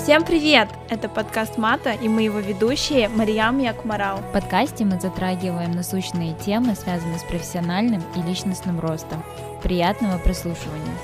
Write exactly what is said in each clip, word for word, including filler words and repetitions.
Всем привет! Это подкаст Мата, и мы его ведущие Мариам и Акмарал. В подкасте мы затрагиваем насущные темы, связанные с профессиональным и личностным ростом. Приятного прослушивания!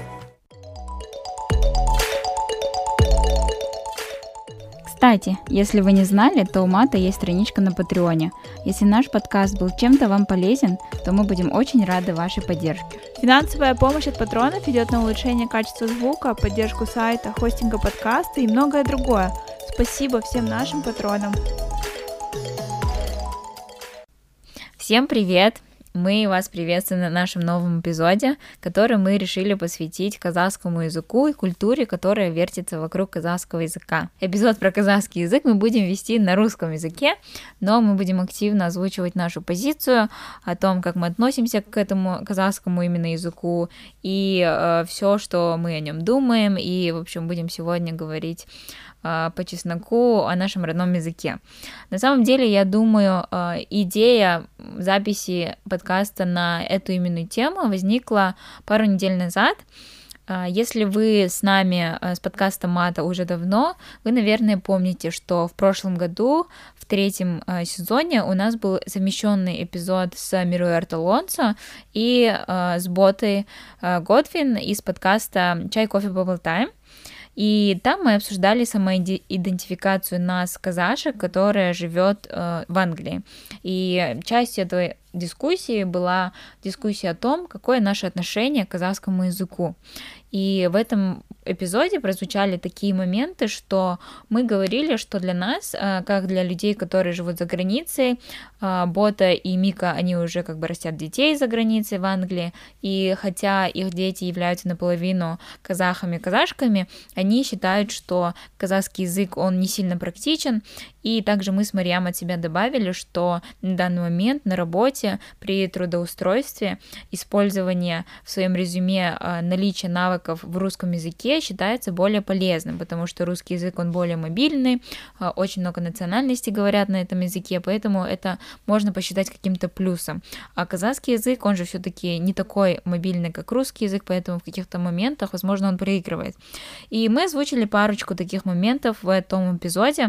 Кстати, если вы не знали, то у Мата есть страничка на Патреоне. Если наш подкаст был чем-то вам полезен, то мы будем очень рады вашей поддержке. Финансовая помощь от патронов идет на улучшение качества звука, поддержку сайта, хостинга подкаста и многое другое. Спасибо всем нашим патронам. Всем привет! Мы вас приветствуем на нашем новом эпизоде, который мы решили посвятить казахскому языку и культуре, которая вертится вокруг казахского языка. Эпизод про казахский язык мы будем вести на русском языке, но мы будем активно озвучивать нашу позицию о том, как мы относимся к этому казахскому именно языку и э, все, что мы о нем думаем, и, в общем, будем сегодня говорить по чесноку о нашем родном языке. На самом деле, я думаю, идея записи подкаста на эту именную тему возникла пару недель назад. Если вы с нами, с подкастом Мата уже давно, вы, наверное, помните, что в прошлом году, в третьем сезоне, у нас был совмещенный эпизод с Мирой Арталонсо и с Ботой Годвин из подкаста «Чай, кофе, поболтаем». И там мы обсуждали самоидентификацию нас, казашек, которая живет э, в Англии. И частью этой дискуссии была дискуссия о том, какое наше отношение к казахскому языку. И в этом эпизоде прозвучали такие моменты, что мы говорили, что для нас, как для людей, которые живут за границей, Бота и Мика, они уже как бы растят детей за границей в Англии, и хотя их дети являются наполовину казахами-казашками, они считают, что казахский язык, он не сильно практичен, и также мы с Мариам от себя добавили, что на данный момент на работе при трудоустройстве использование в своем резюме наличия навыков в русском языке считается более полезным, потому что русский язык, он более мобильный, очень много национальностей говорят на этом языке, поэтому это можно посчитать каким-то плюсом. А казахский язык, он же все-таки не такой мобильный, как русский язык, поэтому в каких-то моментах, возможно, он проигрывает. И мы озвучили парочку таких моментов в этом эпизоде.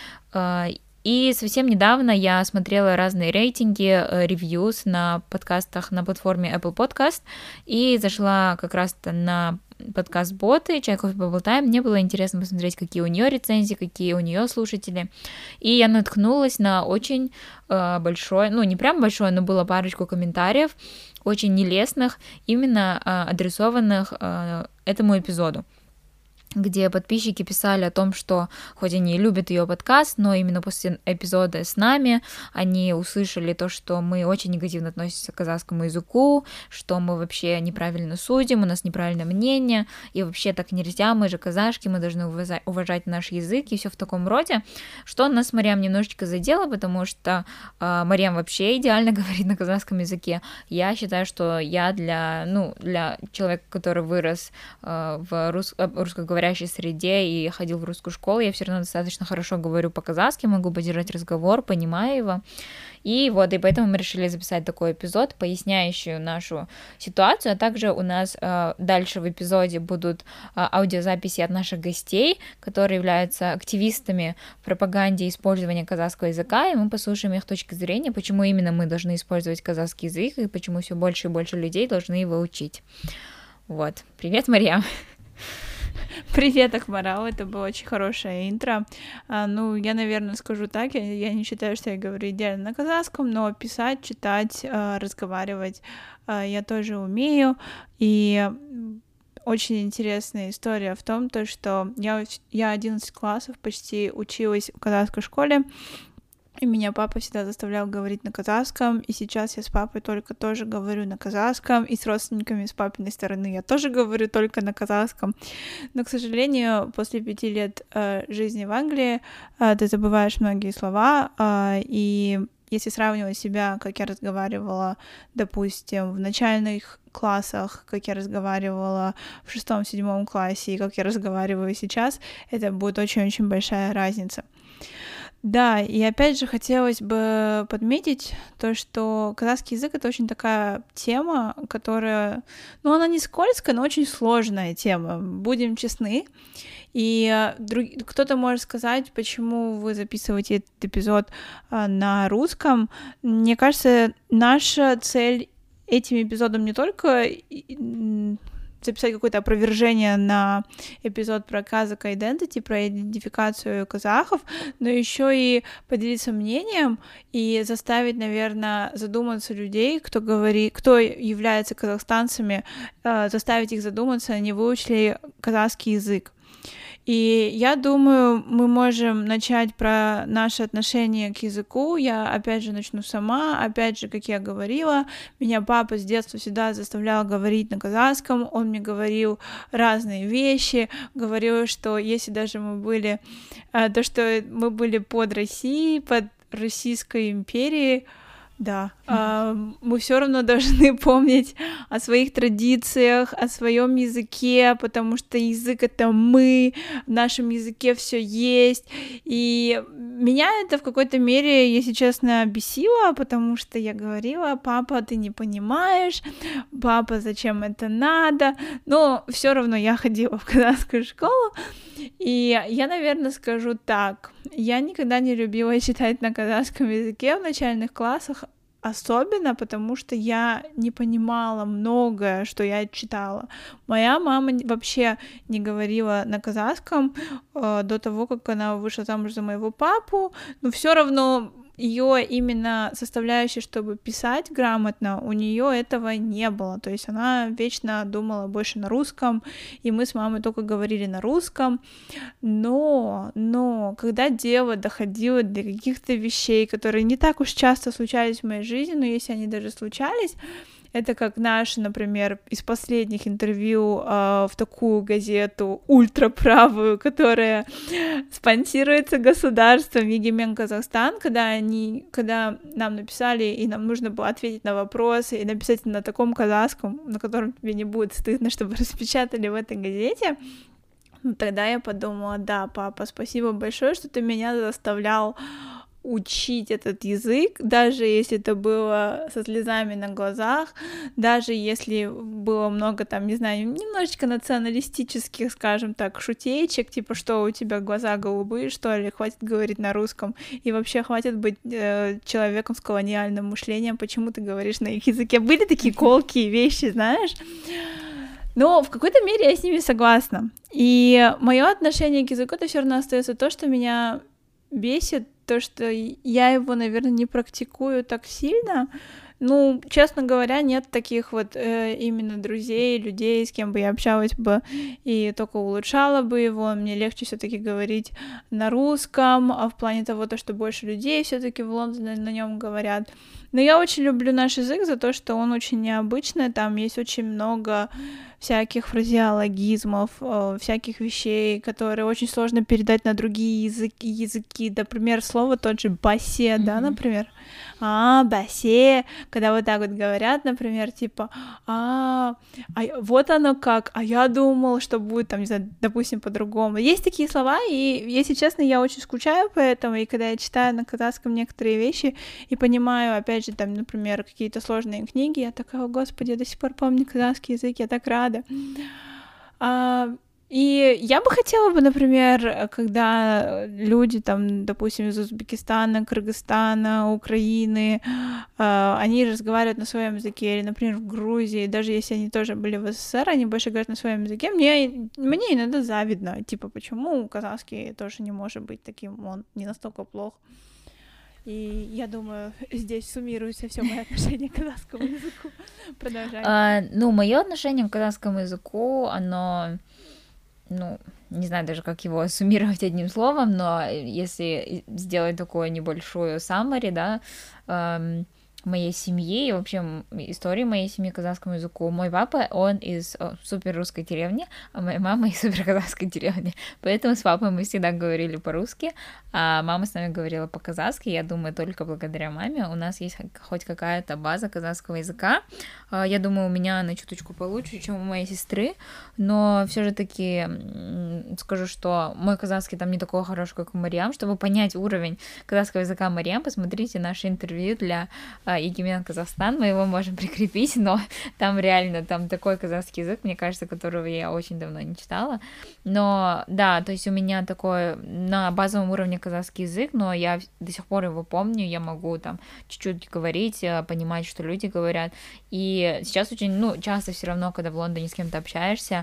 И совсем недавно я смотрела разные рейтинги, ревьюс на подкастах на платформе Apple Podcast и зашла как раз-то на подкаст Боты «Чай, кофе, поболтаем». Мне было интересно посмотреть, какие у нее рецензии, какие у нее слушатели. И я наткнулась на очень э, большое, ну не прям большое, но было парочку комментариев, очень нелестных, именно э, адресованных э, этому эпизоду, где подписчики писали о том, что хоть они и любят ее подкаст, но именно после эпизода с нами они услышали то, что мы очень негативно относимся к казахскому языку, что мы вообще неправильно судим, у нас неправильное мнение, и вообще так нельзя, мы же казашки, мы должны уважать наш язык, и все в таком роде, что нас с Мариам немножечко задело, потому что э, Мариам вообще идеально говорит на казахском языке. Я считаю, что я для, ну, для человека, который вырос э, в рус... русскоговорящей среде и ходил в русскую школу, я все равно достаточно хорошо говорю по-казахски, могу поддержать разговор, понимаю его. И вот, и поэтому мы решили записать такой эпизод, поясняющий нашу ситуацию, а также у нас э, дальше в эпизоде будут э, аудиозаписи от наших гостей, которые являются активистами в пропаганде использования казахского языка, и мы послушаем их точки зрения, почему именно мы должны использовать казахский язык, и почему все больше и больше людей должны его учить. Вот. Привет, Мария! Привет, Акмарал, это было очень хорошее интро. А, ну, я, наверное, скажу так, я, я не считаю, что я говорю идеально на казахском, но писать, читать, а, разговаривать а, я тоже умею. И очень интересная история в том, то, что я, я одиннадцать классов почти училась в казахской школе, и меня папа всегда заставлял говорить на казахском, и сейчас я с папой только тоже говорю на казахском, и с родственниками с папиной стороны я тоже говорю только на казахском. Но, к сожалению, после пяти лет э, жизни в Англии э, ты забываешь многие слова, э, и если сравнивать себя, как я разговаривала, допустим, в начальных классах, как я разговаривала в шестом-седьмом классе, и как я разговариваю сейчас, это будет очень-очень большая разница. Да, и опять же хотелось бы подметить то, что казахский язык — это очень такая тема, которая, ну, она не скользкая, но очень сложная тема, будем честны. И э, друг... кто-то может сказать, почему вы записываете этот эпизод э, на русском. Мне кажется, наша цель этим эпизодом не только записать какое-то опровержение на эпизод про Kazakh Identity, про идентификацию казахов, но еще и поделиться мнением и заставить, наверное, задуматься людей, кто говорит, кто является казахстанцами, заставить их задуматься, не выучили ли казахский язык. И я думаю, мы можем начать про наше отношение к языку. Я опять же начну сама. Опять же, как я говорила, меня папа с детства всегда заставлял говорить на казахском. Он мне говорил разные вещи. Говорил, что если даже мы были... То, что мы были под Россией, под Российской империей, да, mm-hmm. мы все равно должны помнить о своих традициях, о своем языке, потому что язык это мы, в нашем языке все есть. И меня это в какой-то мере, если честно, бесило, потому что я говорила: папа, ты не понимаешь, папа, зачем это надо? Но все равно я ходила в казахскую школу. И я, наверное, скажу так. Я никогда не любила читать на казахском языке в начальных классах, особенно потому что я не понимала многое, что я читала. Моя мама вообще не говорила на казахском э, до того, как она вышла замуж за моего папу, но все равно ее именно составляющая, чтобы писать грамотно, у нее этого не было. То есть она вечно думала больше на русском, и мы с мамой только говорили на русском. Но, но, когда дело доходило до каких-то вещей, которые не так уж часто случались в моей жизни, но если они даже случались, это как наш, например, из последних интервью э, в такую газету ультраправую, которая спонсируется государством Егемен Казахстан, когда они, когда нам написали, и нам нужно было ответить на вопросы и написать на таком казахском, на котором тебе не будет стыдно, чтобы распечатали в этой газете. Ну, тогда я подумала: да, папа, спасибо большое, что ты меня заставлял учить этот язык, даже если это было со слезами на глазах, даже если было много там, не знаю, немножечко националистических, скажем так, шутеечек, типа, что у тебя глаза голубые, что ли, хватит говорить на русском, и вообще хватит быть э, человеком с колониальным мышлением, почему ты говоришь на их языке. Были такие колкие вещи, знаешь? Но в какой-то мере я с ними согласна. И мое отношение к языку, это все равно остается то, что меня бесит, то, что я его, наверное, не практикую так сильно. Ну, честно говоря, нет таких вот э, именно друзей, людей, с кем бы я общалась бы и только улучшала бы его. Мне легче все-таки говорить на русском, а в плане того, то, что больше людей все-таки в Лондоне на нем говорят. Но я очень люблю наш язык за то, что он очень необычный, там есть очень много всяких фразеологизмов, э, всяких вещей, которые очень сложно передать на другие языки, языки. Например, слово тот же «басе», mm-hmm. да, например. А, басе, когда вот так вот говорят, например, типа, а, а вот оно как, а я думал, что будет там, не знаю, допустим, по-другому. Есть такие слова, и, если честно, я очень скучаю по этому, и когда я читаю на казахском некоторые вещи и понимаю, опять же, там, например, какие-то сложные книги, я такая: о, господи, я до сих пор помню казахский язык, я так рада. А, и я бы хотела бы, например, когда люди, там, допустим, из Узбекистана, Кыргызстана, Украины, э, они разговаривают на своем языке, или, например, в Грузии, даже если они тоже были в СССР, они больше говорят на своем языке, мне, мне иногда завидно, типа, почему казахский тоже не может быть таким, он не настолько плох. И я думаю, здесь суммируется все мое отношение к казахскому языку. Продолжай. А, ну, мое отношение к казахскому языку, оно... ну, не знаю даже, как его суммировать одним словом, но если сделать такую небольшую summary, да, эм, моей семьи и вообще истории моей семьи казахскому языку. Мой папа, он из о, супер русской деревни, а моя мама из супер казахской деревни. Поэтому с папой мы всегда говорили по-русски, а мама с нами говорила по-казахски. Я думаю, только благодаря маме у нас есть хоть какая-то база казахского языка. Я думаю, у меня она чуточку получше, чем у моей сестры, но все же таки скажу, что мой казахский там не такой хороший, как у Мариам. Чтобы понять уровень казахского языка Мариам, посмотрите наше интервью для Егемен Казахстан, мы его можем прикрепить, но там реально, там такой казахский язык, мне кажется, которого я очень давно не читала, но да, то есть у меня такой на базовом уровне казахский язык, но я до сих пор его помню, я могу там чуть-чуть говорить, понимать, что люди говорят, и сейчас очень, ну, часто все равно, когда в Лондоне с кем-то общаешься,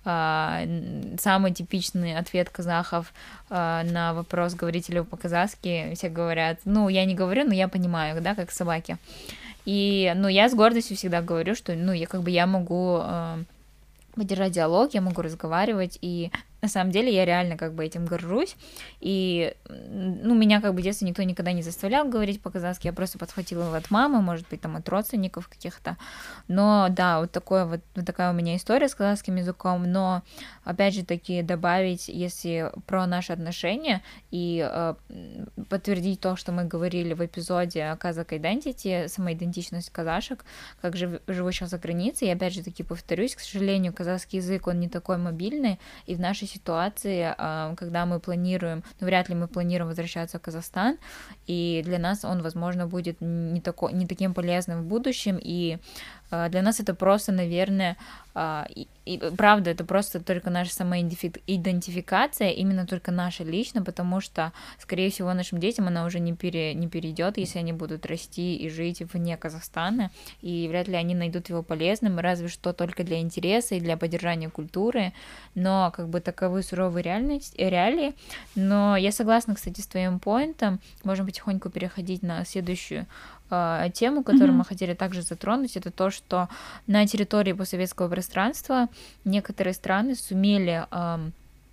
самый типичный ответ казахов на вопрос, говорите ли вы по-казахски, все говорят, ну, я не говорю, но я понимаю, да, как собаки. И, ну, я с гордостью всегда говорю, что, ну, я как бы я могу поддержать диалог, я могу разговаривать, и на самом деле я реально как бы этим горжусь, и, ну, меня как бы в детстве никто никогда не заставлял говорить по-казахски, я просто подхватила его от мамы, может быть, там, от родственников каких-то, но, да, вот, такое вот, вот такая у меня история с казахским языком, но, опять же таки, добавить, если про наши отношения, и э, подтвердить то, что мы говорили в эпизоде Kazakh Identity, самоидентичность казашек, как жив, живущих за границей, и, опять же таки, повторюсь, к сожалению, казахский язык, он не такой мобильный, и в нашей ситуации, когда мы планируем, ну, вряд ли мы планируем возвращаться в Казахстан, и для нас он, возможно, будет не, тако, не таким полезным в будущем, и для нас это просто, наверное, и, и правда, это просто только наша самоидентификация, именно только наша лично, потому что, скорее всего, нашим детям она уже не, пере, не перейдет, если они будут расти и жить вне Казахстана, и вряд ли они найдут его полезным, разве что только для интереса и для поддержания культуры, но как бы таковы суровые реальности, реалии. Но я согласна, кстати, с твоим поинтом, можем потихоньку переходить на следующую тему, которую mm-hmm. мы хотели также затронуть, это то, что на территории постсоветского пространства некоторые страны сумели эм,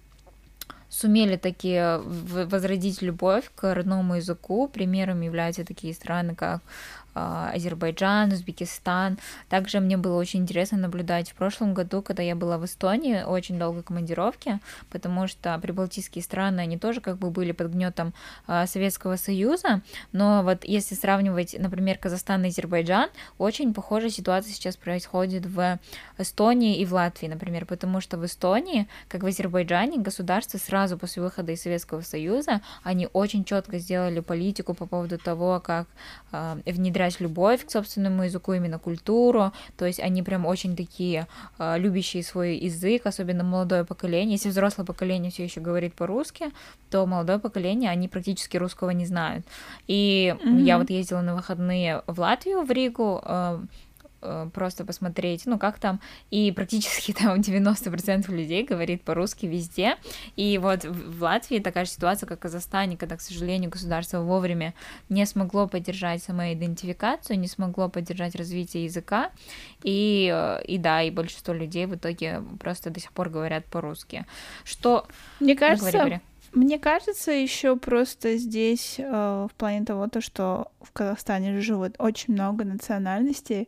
сумели таки возродить любовь к родному языку. Примером являются такие страны, как Азербайджан, Узбекистан. Также мне было очень интересно наблюдать в прошлом году, когда я была в Эстонии, очень долгой командировке, потому что прибалтийские страны, они тоже как бы были под гнетом Советского Союза, но вот если сравнивать, например, Казахстан и Азербайджан, очень похожая ситуация сейчас происходит в Эстонии и в Латвии, например, потому что в Эстонии, как в Азербайджане, государство сразу после выхода из Советского Союза, они очень четко сделали политику по поводу того, как э, внедрять любовь к собственному языку, именно культуру, то есть они прям очень такие э, любящие свой язык, особенно молодое поколение. Если взрослое поколение все еще говорит по-русски, то молодое поколение, они практически русского не знают. И mm-hmm. я вот ездила на выходные в Латвию, в Ригу, э, просто посмотреть, ну, как там, и практически там девяносто процентов людей говорит по-русски везде, и вот в Латвии такая же ситуация, как в Казахстане, когда, к сожалению, государство вовремя не смогло поддержать самоидентификацию, не смогло поддержать развитие языка, и, и да, и большинство людей в итоге просто до сих пор говорят по-русски. Что... Мне кажется... Ну, говори, говори. Мне кажется, еще просто здесь э, в плане того, то, что в Казахстане живут очень много национальностей,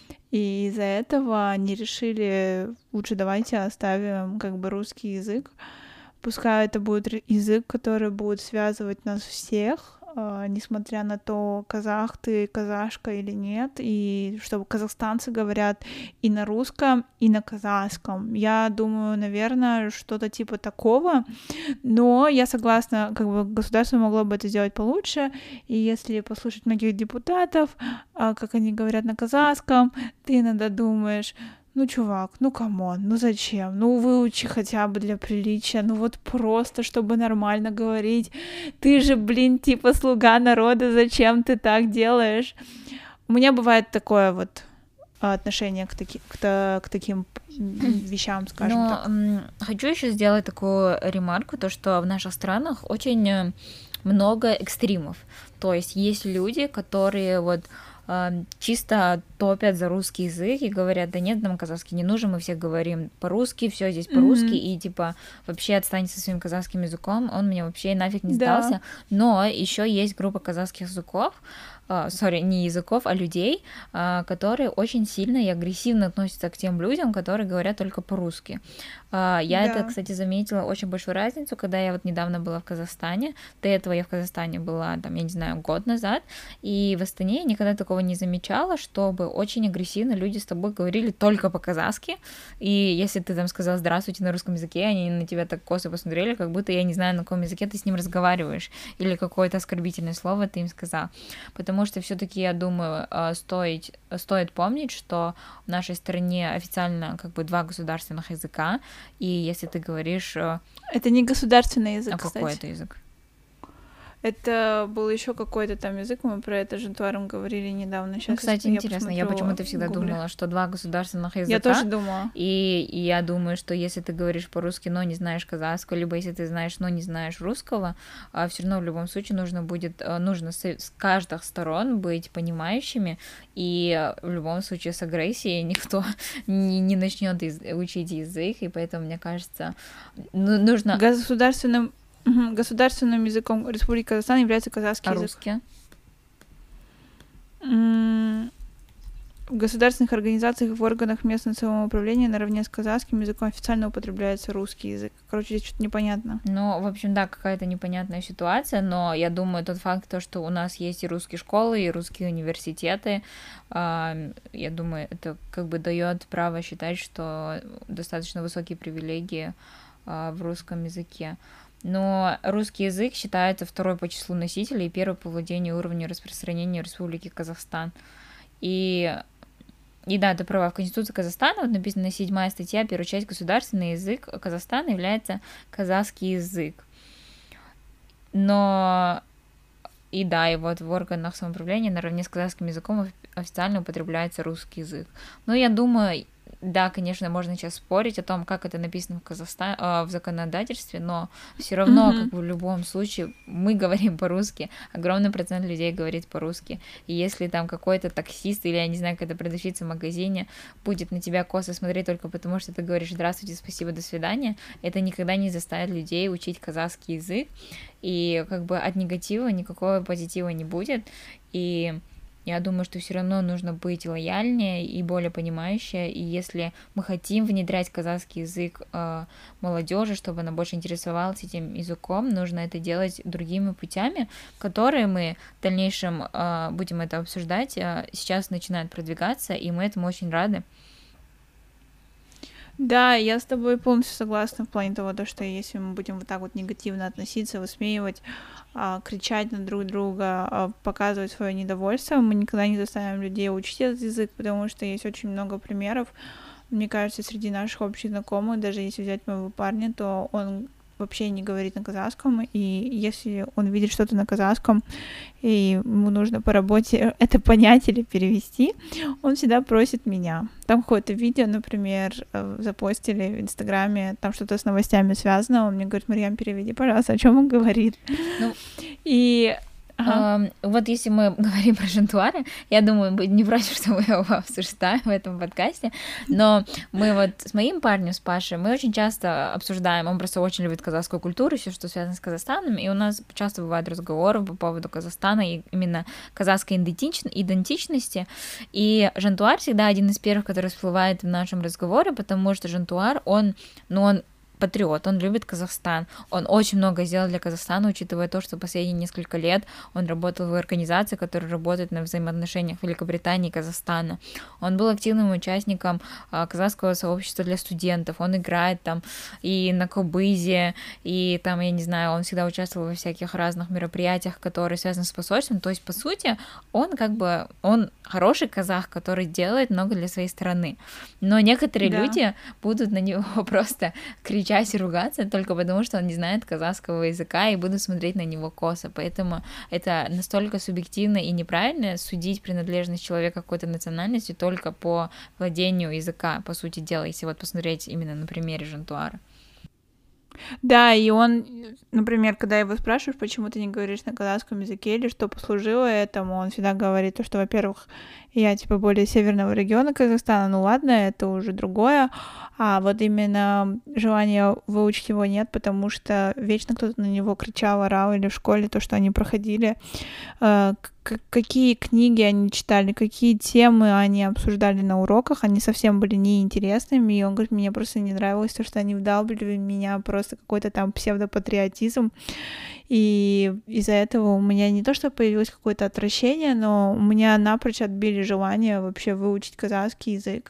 и из-за этого они решили, лучше давайте оставим как бы русский язык, пускай это будет язык, который будет связывать нас всех, э, несмотря на то, казах ты, казашка или нет, и чтобы казахстанцы говорят и на русском, и на казахском. Я думаю, наверное, что-то типа такого, но я согласна, как бы государство могло бы это сделать получше, и если послушать многих депутатов, э, как они говорят на казахском, ты иногда думаешь, ну, чувак, ну, камон, ну, зачем? Ну, выучи хотя бы для приличия, ну, вот просто, чтобы нормально говорить. Ты же, блин, типа слуга народа, зачем ты так делаешь? У меня бывает такое вот отношение к, таки, к, та, к таким вещам, скажем Но, так. М- хочу еще сделать такую ремарку, то, что в наших странах очень много экстримов. То есть есть люди, которые вот чисто топят за русский язык и говорят, да нет, нам казахский не нужен, мы все говорим по-русски, все здесь по-русски, mm-hmm. и типа вообще отстань со своим казахским языком, он мне вообще нафиг не сдался. Да. Но еще есть группа казахских языков, сори, uh, не языков, а людей, uh, которые очень сильно и агрессивно относятся к тем людям, которые говорят только по-русски. Uh, я да. это, кстати, заметила очень большую разницу, когда я вот недавно была в Казахстане. До этого я в Казахстане была, там, я не знаю, год назад, и в Астане я никогда такого не замечала, чтобы очень агрессивно люди с тобой говорили только по-казахски, и если ты там сказал «здравствуйте» на русском языке, они на тебя так косо посмотрели, как будто я не знаю, на каком языке ты с ним разговариваешь, или какое-то оскорбительное слово ты им сказал. Потому потому что все-таки, я думаю, стоит, стоит помнить, что в нашей стране официально как бы два государственных языка, и если ты говоришь... Это не государственный язык, а кстати. какой это язык? Это был еще какой-то там язык, мы про это же Жентуаром говорили недавно. Сейчас ну, кстати, я интересно, я почему-то всегда гугле. думала, что два государственных языка. Я тоже думала. И, и я думаю, что если ты говоришь по-русски, но не знаешь казахского, либо если ты знаешь, но не знаешь русского, все равно в любом случае нужно будет, нужно с, с каждых сторон быть понимающими, и в любом случае с агрессией никто не, не начнет из, учить язык, и поэтому, мне кажется, ну, нужно... Государственным Угу. Государственным языком Республики Казахстан является казахский а язык. Русский? В государственных организациях и в органах местного самоуправления наравне с казахским языком официально употребляется русский язык. Короче, здесь что-то непонятно. Ну, в общем, да, какая-то непонятная ситуация, но я думаю, тот факт, то, что у нас есть и русские школы, и русские университеты, я думаю, это как бы дает право считать, что достаточно высокие привилегии в русском языке. Но русский язык считается второй по числу носителей и первый по владению уровня распространения Республики Казахстан. И, и да, ты права, в Конституции Казахстана вот написана седьмая статья, первая часть: государственный язык Казахстана является казахский язык. Но и да, и вот в органах самоуправления наравне с казахским языком официально употребляется русский язык. Но я думаю, да, конечно, можно сейчас спорить о том, как это написано в Казахстане, в законодательстве, но все равно, mm-hmm. как бы в любом случае, мы говорим по-русски, огромный процент людей говорит по-русски, и если там какой-то таксист или, я не знаю, какая-то продавщица в магазине будет на тебя косо смотреть только потому, что ты говоришь «здравствуйте, спасибо, до свидания», это никогда не заставит людей учить казахский язык, и как бы от негатива никакого позитива не будет, и... Я думаю, что все равно нужно быть лояльнее и более понимающее, и если мы хотим внедрять казахский язык э, молодежи, чтобы она больше интересовалась этим языком, нужно это делать другими путями, которые мы в дальнейшем э, будем это обсуждать, э, сейчас начинают продвигаться, и мы этому очень рады. Да, я с тобой полностью согласна в плане того, что если мы будем вот так вот негативно относиться, высмеивать, кричать на друг друга, показывать свое недовольство, мы никогда не заставим людей учить этот язык, потому что есть очень много примеров. Мне кажется, среди наших общих знакомых, даже если взять моего парня, то он вообще не говорит на казахском, и если он видит что-то на казахском, и ему нужно по работе это понять или перевести, он всегда просит меня. Там какое-то видео, например, запостили в Инстаграме, там что-то с новостями связано, он мне говорит: Марьям, переведи, пожалуйста, о чем он говорит. Ну, и... Ага. Uh, вот если мы говорим про Жентуара, я думаю, мы не против, что мы его обсуждаем в этом подкасте, но мы вот с моим парнем, с Пашей, мы очень часто обсуждаем, он просто очень любит казахскую культуру, все, что связано с Казахстаном, и у нас часто бывают разговоры по поводу Казахстана и именно казахской идентичности, и Жентуар всегда один из первых, который всплывает в нашем разговоре, потому что Жентуар, он, ну, он патриот, он любит Казахстан, он очень много сделал для Казахстана, учитывая то, что последние несколько лет он работал в организации, которая работает на взаимоотношениях Великобритании и Казахстана. Он был активным участником а, казахского сообщества для студентов, он играет там и на кобызе, и там, я не знаю, он всегда участвовал во всяких разных мероприятиях, которые связаны с посольством, то есть, по сути, он как бы, он хороший казах, который делает много для своей страны, но некоторые да. люди будут на него просто кричать и ругаться только потому, что он не знает казахского языка, и буду смотреть на него косо. Поэтому это настолько субъективно и неправильно судить принадлежность человека какой-то национальности только по владению языка, по сути дела, если вот посмотреть именно на примере Жентуара. Да, и он, например, когда его спрашиваешь, почему ты не говоришь на казахском языке или что послужило этому, он всегда говорит, что, во-первых, я типа более северного региона Казахстана, ну ладно, это уже другое, а вот именно желания выучить его нет, потому что вечно кто-то на него кричал, орал, или в школе то, что они проходили, э, к- какие книги они читали, какие темы они обсуждали на уроках, они совсем были неинтересными, и он говорит, мне просто не нравилось то, что они вдалбливали в меня просто какой-то там псевдопатриотизм, и из-за этого у меня не то, что появилось какое-то отвращение, но у меня напрочь отбили желание вообще выучить казахский язык.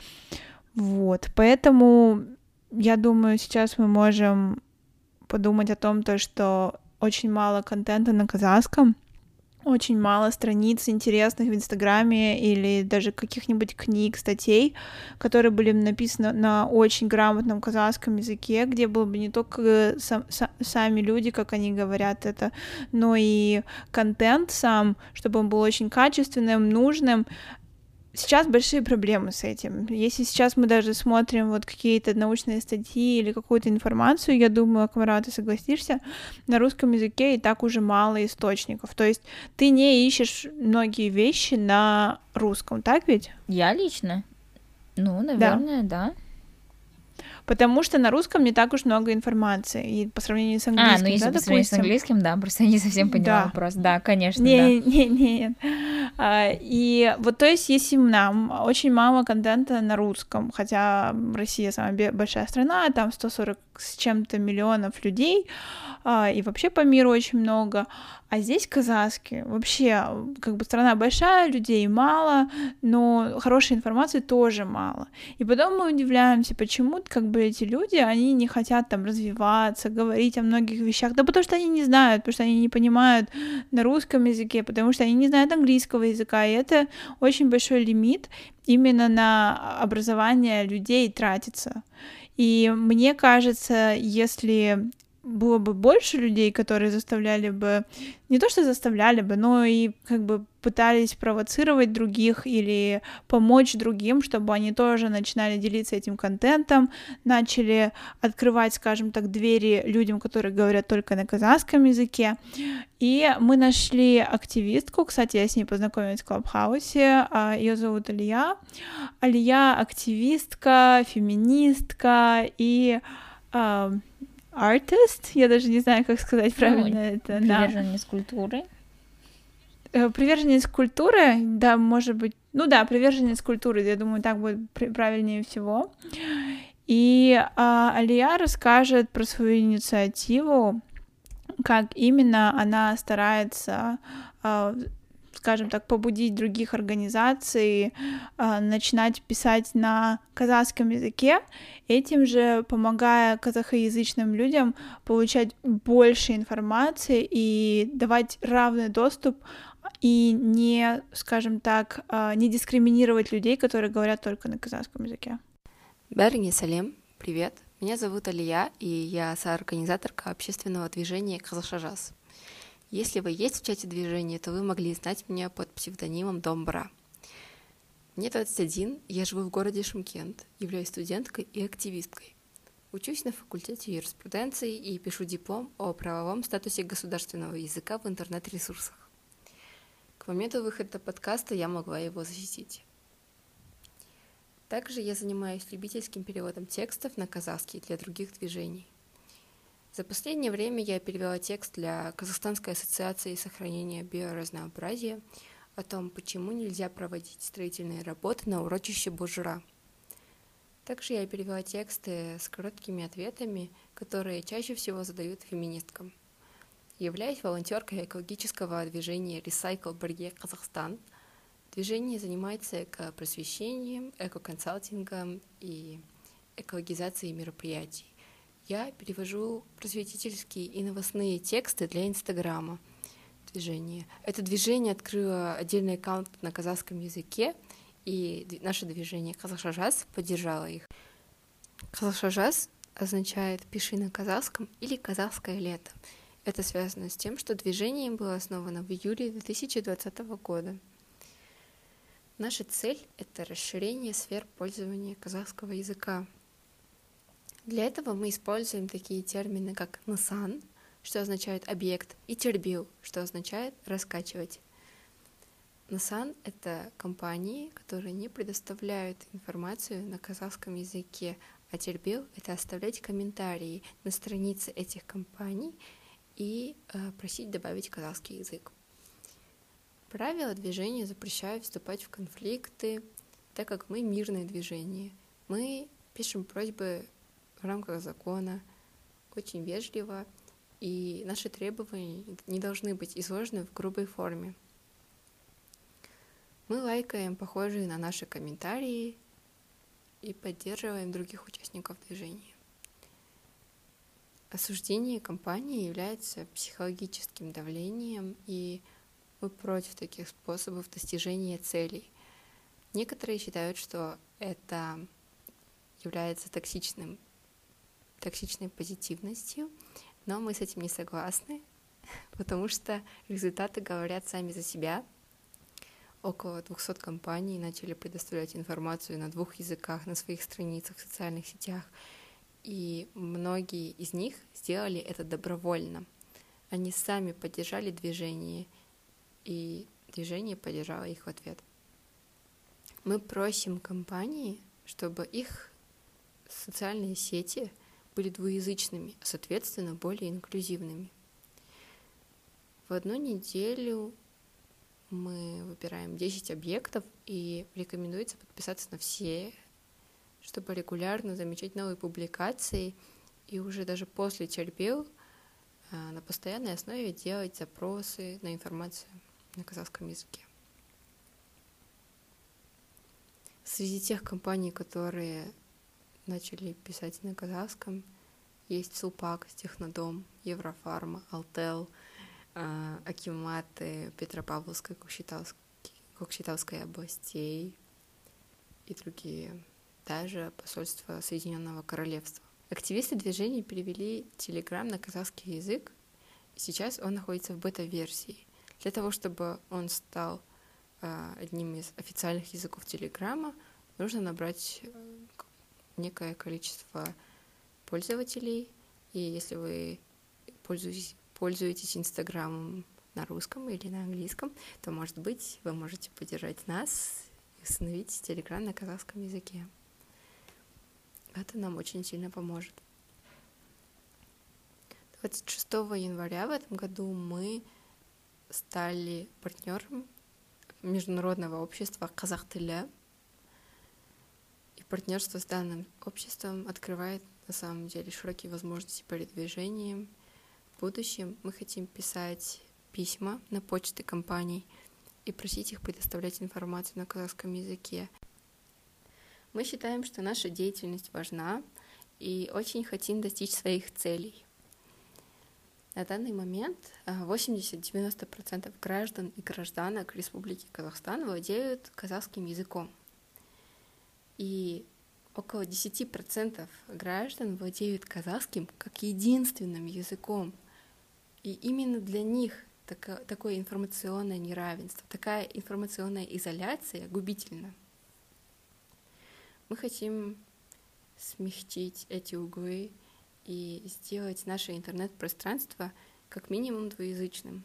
Вот, поэтому я думаю, сейчас мы можем подумать о том, то, что очень мало контента на казахском, очень мало страниц интересных в Инстаграме или даже каких-нибудь книг, статей, которые были написаны на очень грамотном казахском языке, где было бы не только сам, са, сами люди, как они говорят это, но и контент сам, чтобы он был очень качественным, нужным. Сейчас большие проблемы с этим. Если сейчас мы даже смотрим вот какие-то научные статьи или какую-то информацию, я думаю, Акмарат, ты согласишься, на русском языке и так уже мало источников. То есть ты не ищешь многие вещи на русском, так ведь? Я лично? Ну, наверное, да. да. Потому что на русском не так уж много информации, и по сравнению с английским, А, ну если да, по сравнению допустим? с английским, да, просто я не совсем поняла Да. вопрос. Да, конечно, не, да. Не, не, а, и вот, то есть, если нам очень мало контента на русском, хотя Россия самая большая страна, там сто сорок с чем-то миллионов людей, а, и вообще по миру очень много, а здесь казахский. Вообще, как бы страна большая, людей мало, но хорошей информации тоже мало. И потом мы удивляемся, почему как бы эти люди, они не хотят там развиваться, говорить о многих вещах, да потому что они не знают, потому что они не понимают на русском языке, потому что они не знают английского языка, и это очень большой лимит именно на образование людей тратится. И мне кажется, если было бы больше людей, которые заставляли бы, не то что заставляли бы, но и как бы пытались провоцировать других или помочь другим, чтобы они тоже начинали делиться этим контентом, начали открывать, скажем так, двери людям, которые говорят только на казахском языке. И мы нашли активистку, кстати, я с ней познакомилась в Клабхаусе, ее зовут Алия. Алия — активистка, феминистка и артист, я даже не знаю, как сказать правильно ну, это. Приверженец да. культуры. Приверженец культуры, да, может быть, ну да, приверженец культуры, я думаю, так будет правильнее всего. И а, Алия расскажет про свою инициативу, как именно она старается, а, скажем так, побудить других организаций а, начинать писать на казахском языке, этим же помогая казахоязычным людям получать больше информации и давать равный доступ и не, скажем так, не дискриминировать людей, которые говорят только на казахском языке. Бәріңе сәлем, привет. Меня зовут Алия, и я соорганизаторка общественного движения «Қазақша жаз». Если вы есть в чате движения, то вы могли знать меня под псевдонимом Домбра. Мне двадцать один, я живу в городе Шымкент, являюсь студенткой и активисткой. Учусь на факультете юриспруденции и пишу диплом о правовом статусе государственного языка в интернет-ресурсах. К моменту выхода подкаста я могла его защитить. Также я занимаюсь любительским переводом текстов на казахский для других движений. За последнее время я перевела текст для Казахстанской ассоциации сохранения биоразнообразия о том, почему нельзя проводить строительные работы на урочище Божура. Также я перевела тексты с короткими ответами, которые чаще всего задают феминисткам. Являюсь волонтеркой экологического движения Recycle Birge Казахстан. Движение занимается экопросвещением, эко-консалтингом и экологизацией мероприятий. Я перевожу просветительские и новостные тексты для Инстаграма движения. Это движение открыло отдельный аккаунт на казахском языке, и наше движение «Қазақша жаз» поддержало их. «Қазақша жаз» означает «пиши на казахском» или «казахское лето». Это связано с тем, что движение было основано в июле две тысячи двадцатого года. Наша цель — это расширение сфер пользования казахского языка. Для этого мы используем такие термины, как «насан», что означает «объект», и «тербил», что означает «раскачивать». Насан — это компании, которые не предоставляют информацию на казахском языке, а тербил — это оставлять комментарии на странице этих компаний и э, просить добавить казахский язык. Правила движения запрещают вступать в конфликты, так как мы мирное движение. Мы пишем просьбы в рамках закона, очень вежливо, и наши требования не должны быть изложены в грубой форме. Мы лайкаем похожие на наши комментарии и поддерживаем других участников движения. Осуждение компании является психологическим давлением и Мы против таких способов достижения целей. Некоторые считают, что это является токсичным, токсичной позитивностью, но мы с этим не согласны, потому что результаты говорят сами за себя. Около двухсот компаний начали предоставлять информацию на двух языках на своих страницах в социальных сетях, и многие из них сделали это добровольно. Они сами поддержали движение, и движение поддержало их в ответ. Мы просим компании, чтобы их социальные сети были двуязычными, а соответственно более инклюзивными. В одну неделю мы выбираем десять объектов, и рекомендуется подписаться на все, чтобы регулярно замечать новые публикации и уже даже после терпел на постоянной основе делать запросы на информацию на казахском языке. Среди тех компаний, которые начали писать на казахском, есть Сулпак, Технодом, Еврофарма, Алтел, Акиматы Петропавловской, Кокшетавской областей и другие, даже посольство Соединенного Королевства. Активисты движения перевели Telegram на казахский язык, и сейчас он находится в бета-версии. Для того, чтобы он стал одним из официальных языков Телеграма, нужно набрать некое количество пользователей, и если вы пользуетесь, пользуетесь Инстаграмом на русском или на английском, то, может быть, вы можете поддержать нас и установить Телеграм на казахском языке. Это нам очень сильно поможет. двадцать шестого января в этом году мы стали партнером международного общества Казах Тілі. И партнерство с данным обществом открывает на самом деле широкие возможности передвижения. В будущем мы хотим писать письма на почты компаний и просить их предоставлять информацию на казахском языке. Мы считаем, что наша деятельность важна и очень хотим достичь своих целей. На данный момент восемьдесят-девяносто процентов граждан и гражданок Республики Казахстан владеют казахским языком. И около десять процентов граждан владеют казахским как единственным языком. И именно для них тако, такое информационное неравенство, такая информационная изоляция губительна. Мы хотим смягчить эти углы и сделать наше интернет-пространство как минимум двуязычным.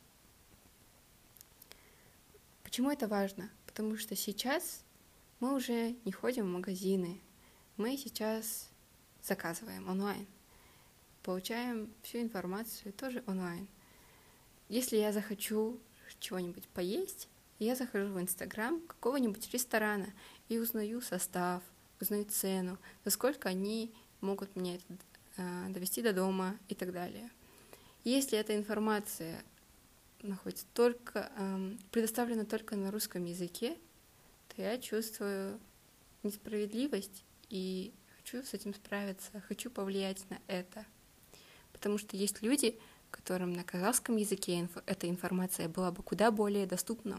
Почему это важно? Потому что сейчас мы уже не ходим в магазины, мы сейчас заказываем онлайн, получаем всю информацию тоже онлайн. Если я захочу чего-нибудь поесть, я захожу в Инстаграм какого-нибудь ресторана и узнаю состав, узнаю цену, за сколько они могут мне это э, довести до дома и так далее. Если эта информация находится только, э, предоставлена только на русском языке, то я чувствую несправедливость и хочу с этим справиться, хочу повлиять на это. Потому что есть люди, которым на казахском языке инф- эта информация была бы куда более доступна.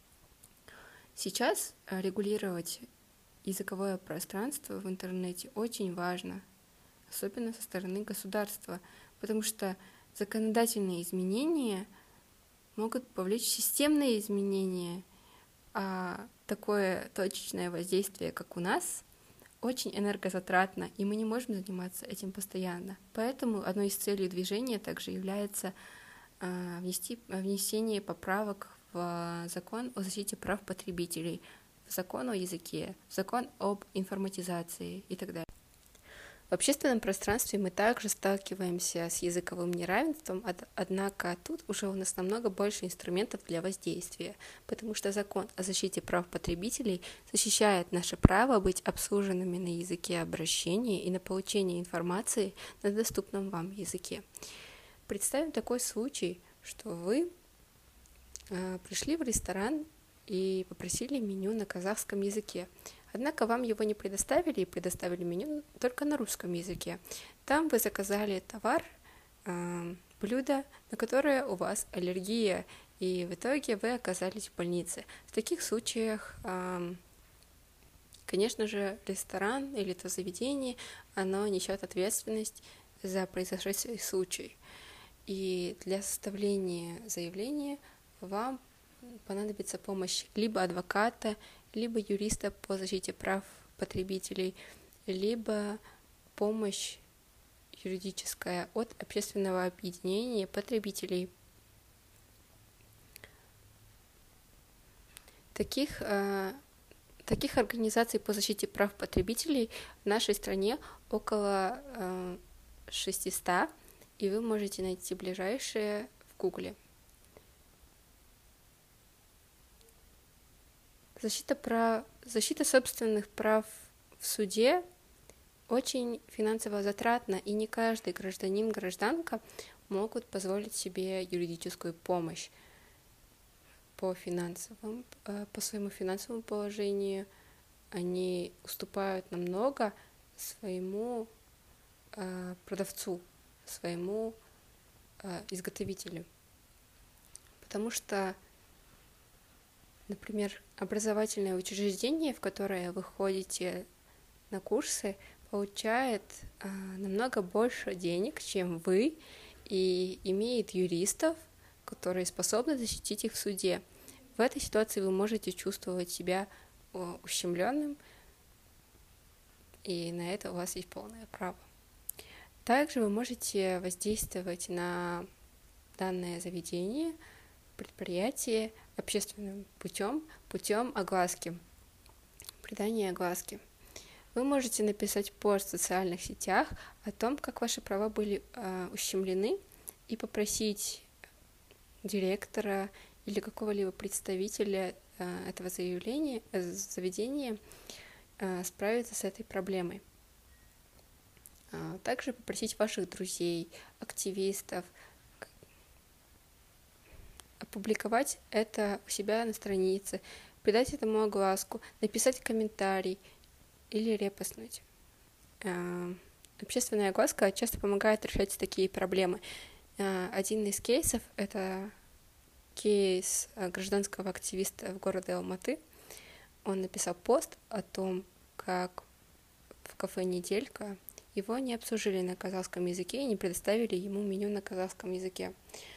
Сейчас регулировать языковое пространство в интернете очень важно, особенно со стороны государства, потому что законодательные изменения могут повлечь системные изменения, а такое точечное воздействие, как у нас, очень энергозатратно, и мы не можем заниматься этим постоянно. Поэтому одной из целей движения также является э, внести, внесение поправок в закон о защите прав потребителей, в закон о языке, в закон об информатизации и так далее. В общественном пространстве мы также сталкиваемся с языковым неравенством, однако тут уже у нас намного больше инструментов для воздействия, потому что закон о защите прав потребителей защищает наше право быть обслуженными на языке обращения и на получение информации на доступном вам языке. Представим такой случай, что вы э, пришли в ресторан и попросили меню на казахском языке. Однако вам его не предоставили и предоставили меню только на русском языке. Там вы заказали товар, э, блюдо, на которое у вас аллергия, и в итоге вы оказались в больнице. В таких случаях, конечно же, ресторан или то заведение, оно несет ответственность за произошедший случай. И для составления заявления вам понадобится помощь либо адвоката, либо юриста по защите прав потребителей, либо помощь юридическая от общественного объединения потребителей. Таких, э, таких организаций по защите прав потребителей в нашей стране около э, шестисот, и вы можете найти ближайшие в Гугле. Защита, прав... Защита собственных прав в суде очень финансово затратна, и не каждый гражданин, гражданка могут позволить себе юридическую помощь по финансовым, по своему финансовому положению. Они уступают намного своему продавцу, своему изготовителю, потому что, например, образовательное учреждение, в которое вы ходите на курсы, получает а, намного больше денег, чем вы, и имеет юристов, которые способны защитить их в суде. В этой ситуации вы можете чувствовать себя о, ущемленным, и на это у вас есть полное право. Также вы можете воздействовать на данное заведение, предприятие общественным путем, путем огласки, придания огласки. Вы можете написать пост в социальных сетях о том, как ваши права были э, ущемлены, и попросить директора или какого-либо представителя э, этого заявления, э, заведения э, справиться с этой проблемой. Э, также попросить ваших друзей, активистов, опубликовать это у себя на странице, придать этому огласку, написать комментарий или репостнуть. Общественная огласка часто помогает решать такие проблемы. Один из кейсов — это кейс гражданского активиста в городе Алматы. Он написал пост о том, как в кафе «Неделька» его не обслужили на казахском языке и не предоставили ему меню на казахском языке.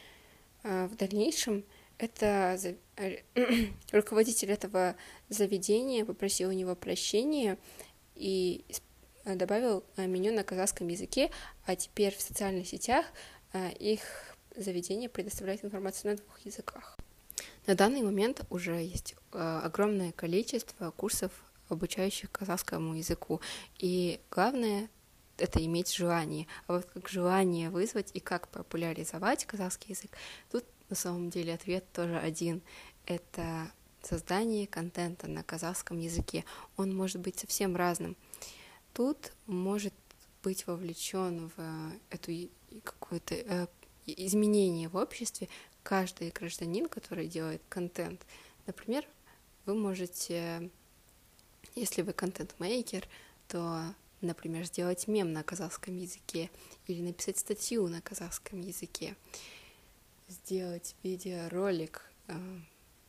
В дальнейшем это руководитель этого заведения попросил у него прощения и добавил меню на казахском языке, а теперь в социальных сетях их заведение предоставляет информацию на двух языках. На данный момент уже есть огромное количество курсов, обучающих казахскому языку, и главное — это иметь желание. А вот как желание вызвать и как популяризовать казахский язык, тут на самом деле ответ тоже один. Это создание контента на казахском языке. Он может быть совсем разным. Тут может быть вовлечен в эту какое-то э, изменение в обществе каждый гражданин, который делает контент. Например, вы можете, если вы контент-мейкер, то, например, сделать мем на казахском языке или написать статью на казахском языке, сделать видеоролик, э,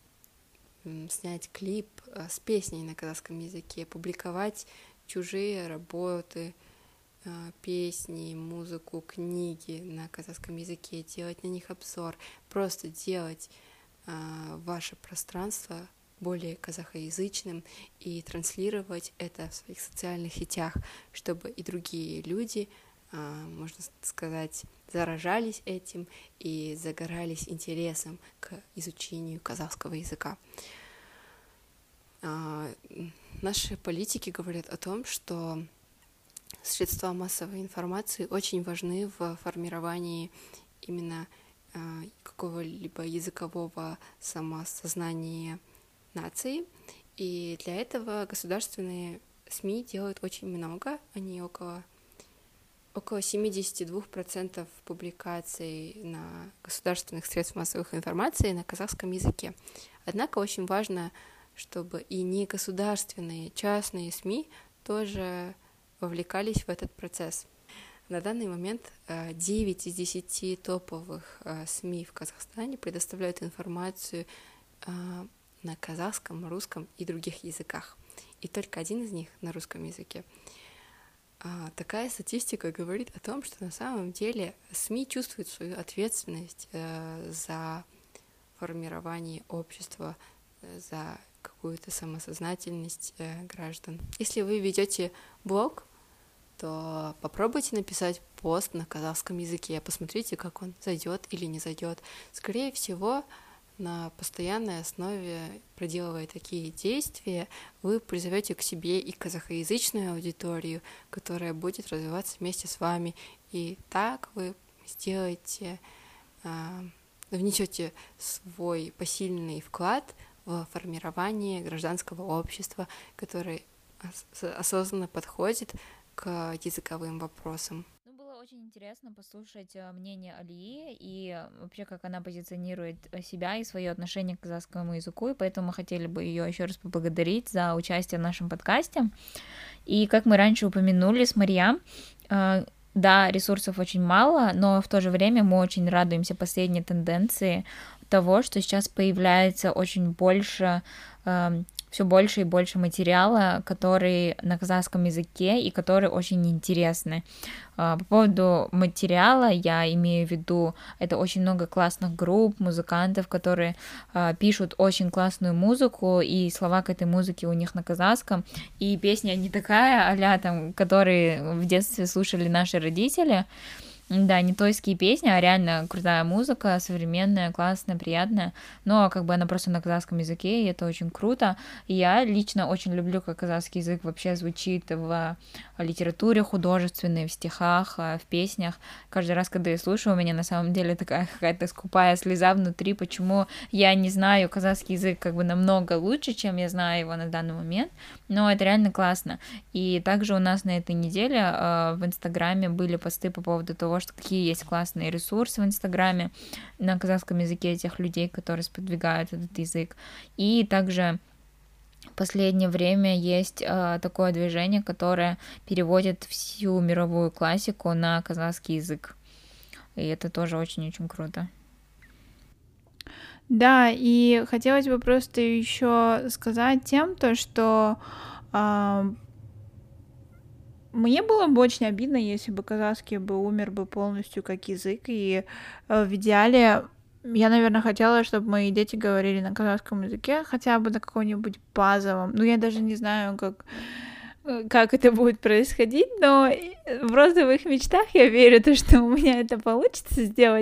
снять клип э, с песней на казахском языке, публиковать чужие работы, э, песни, музыку, книги на казахском языке, делать на них обзор, просто делать э, ваше пространство более казахоязычным и транслировать это в своих социальных сетях, чтобы и другие люди, можно сказать, заражались этим и загорались интересом к изучению казахского языка. Наши политики говорят о том, что средства массовой информации очень важны в формировании именно какого-либо языкового самосознания нации, и для этого государственные СМИ делают очень много, они около около семьдесят два процента публикаций на государственных средствах массовой информации на казахском языке. Однако очень важно, чтобы и негосударственные, частные СМИ тоже вовлекались в этот процесс. На данный момент девять из десяти топовых СМИ в Казахстане предоставляют информацию на казахском, русском и других языках. И только один из них на русском языке. Такая статистика говорит о том, что на самом деле СМИ чувствуют свою ответственность за формирование общества, за какую-то самосознательность граждан. Если вы ведете блог, то попробуйте написать пост на казахском языке, посмотрите, как он зайдет или не зайдет. Скорее всего, на постоянной основе, проделывая такие действия, вы призовете к себе и казахоязычную аудиторию, которая будет развиваться вместе с вами. И так вы сделаете, внесете свой посильный вклад в формирование гражданского общества, которое осознанно подходит к языковым вопросам. Ну, было очень интересно послушать мнение Алии и вообще, как она позиционирует себя и свое отношение к казахскому языку, и поэтому мы хотели бы ее еще раз поблагодарить за участие в нашем подкасте. И как мы раньше упомянули с Мариам, да, ресурсов очень мало, но в то же время мы очень радуемся последней тенденции того, что сейчас появляется очень больше все больше и больше материала, который на казахском языке и которые очень интересны. По поводу материала я имею в виду, это очень много классных групп, музыкантов, которые пишут очень классную музыку, и слова к этой музыке у них на казахском, и песня не такая, а-ля там, которые в детстве слушали наши родители. Да, не тойские песни, а реально крутая музыка, современная, классная, приятная, но как бы она просто на казахском языке, и это очень круто. И я лично очень люблю, как казахский язык вообще звучит в литературе художественной, в стихах, в песнях. Каждый раз, когда я слушаю, у меня на самом деле такая какая-то скупая слеза внутри, почему я не знаю казахский язык как бы намного лучше, чем я знаю его на данный момент, но это реально классно. И также у нас на этой неделе э, в Инстаграме были посты по поводу того, что какие есть классные ресурсы в Инстаграме на казахском языке тех людей, которые сподвигают этот язык. И также в последнее время есть э, такое движение, которое переводит всю мировую классику на казахский язык. И это тоже очень-очень круто. Да, и хотелось бы просто еще сказать тем, то, что э, мне было бы очень обидно, если бы казахский бы умер бы полностью как язык, и э, в идеале я, наверное, хотела, чтобы мои дети говорили на казахском языке, хотя бы на каком-нибудь базовом, ну, я даже не знаю, как, как это будет происходить, но в розовых мечтах я верю, то, что у меня это получится сделать,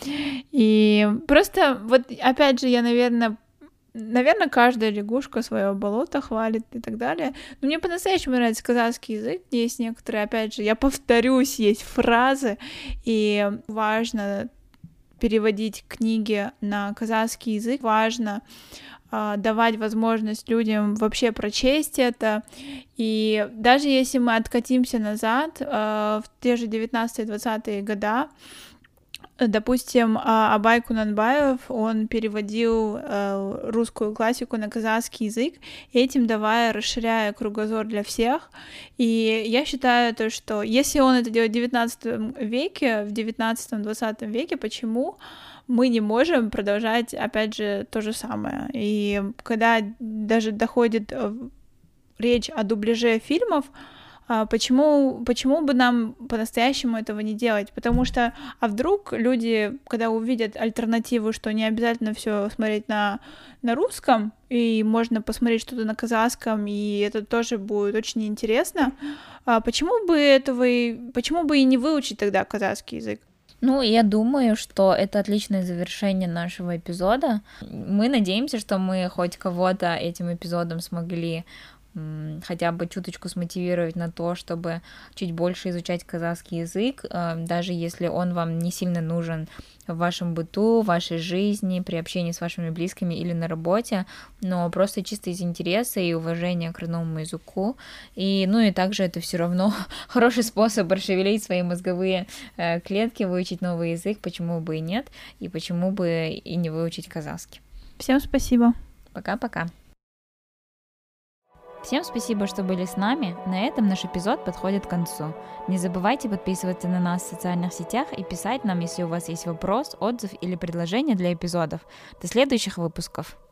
и просто, вот, опять же, я, наверное, Наверное, каждая лягушка свое болото хвалит и так далее. Но мне по-настоящему нравится казахский язык. Есть некоторые, опять же, я повторюсь, есть фразы, и важно переводить книги на казахский язык, важно э, давать возможность людям вообще прочесть это. И даже если мы откатимся назад, э, в те же девятнадцатые-двадцатые года, допустим, Абай Кунанбаев, он переводил э, русскую классику на казахский язык, этим давая, расширяя кругозор для всех. И я считаю то, что если он это делает в девятнадцатом веке, в девятнадцатом-двадцатом веке, почему мы не можем продолжать, опять же, то же самое? И когда даже доходит речь о дубляже фильмов, Почему, почему бы нам по-настоящему этого не делать? Потому что, а вдруг люди, когда увидят альтернативу, что не обязательно все смотреть на, на русском, и можно посмотреть что-то на казахском, и это тоже будет очень интересно, почему бы этого, почему бы и не выучить тогда казахский язык? Ну, я думаю, что это отличное завершение нашего эпизода. Мы надеемся, что мы хоть кого-то этим эпизодом смогли хотя бы чуточку смотивировать на то, чтобы чуть больше изучать казахский язык, даже если он вам не сильно нужен в вашем быту, в вашей жизни, при общении с вашими близкими или на работе, но просто чисто из интереса и уважения к родному языку. И, ну и также это все равно хороший способ расшевелить свои мозговые клетки, выучить новый язык, почему бы и нет, и почему бы и не выучить казахский. Всем спасибо. Пока-пока. Всем спасибо, что были с нами. На этом наш эпизод подходит к концу. Не забывайте подписываться на нас в социальных сетях и писать нам, если у вас есть вопрос, отзыв или предложение для эпизодов. До следующих выпусков.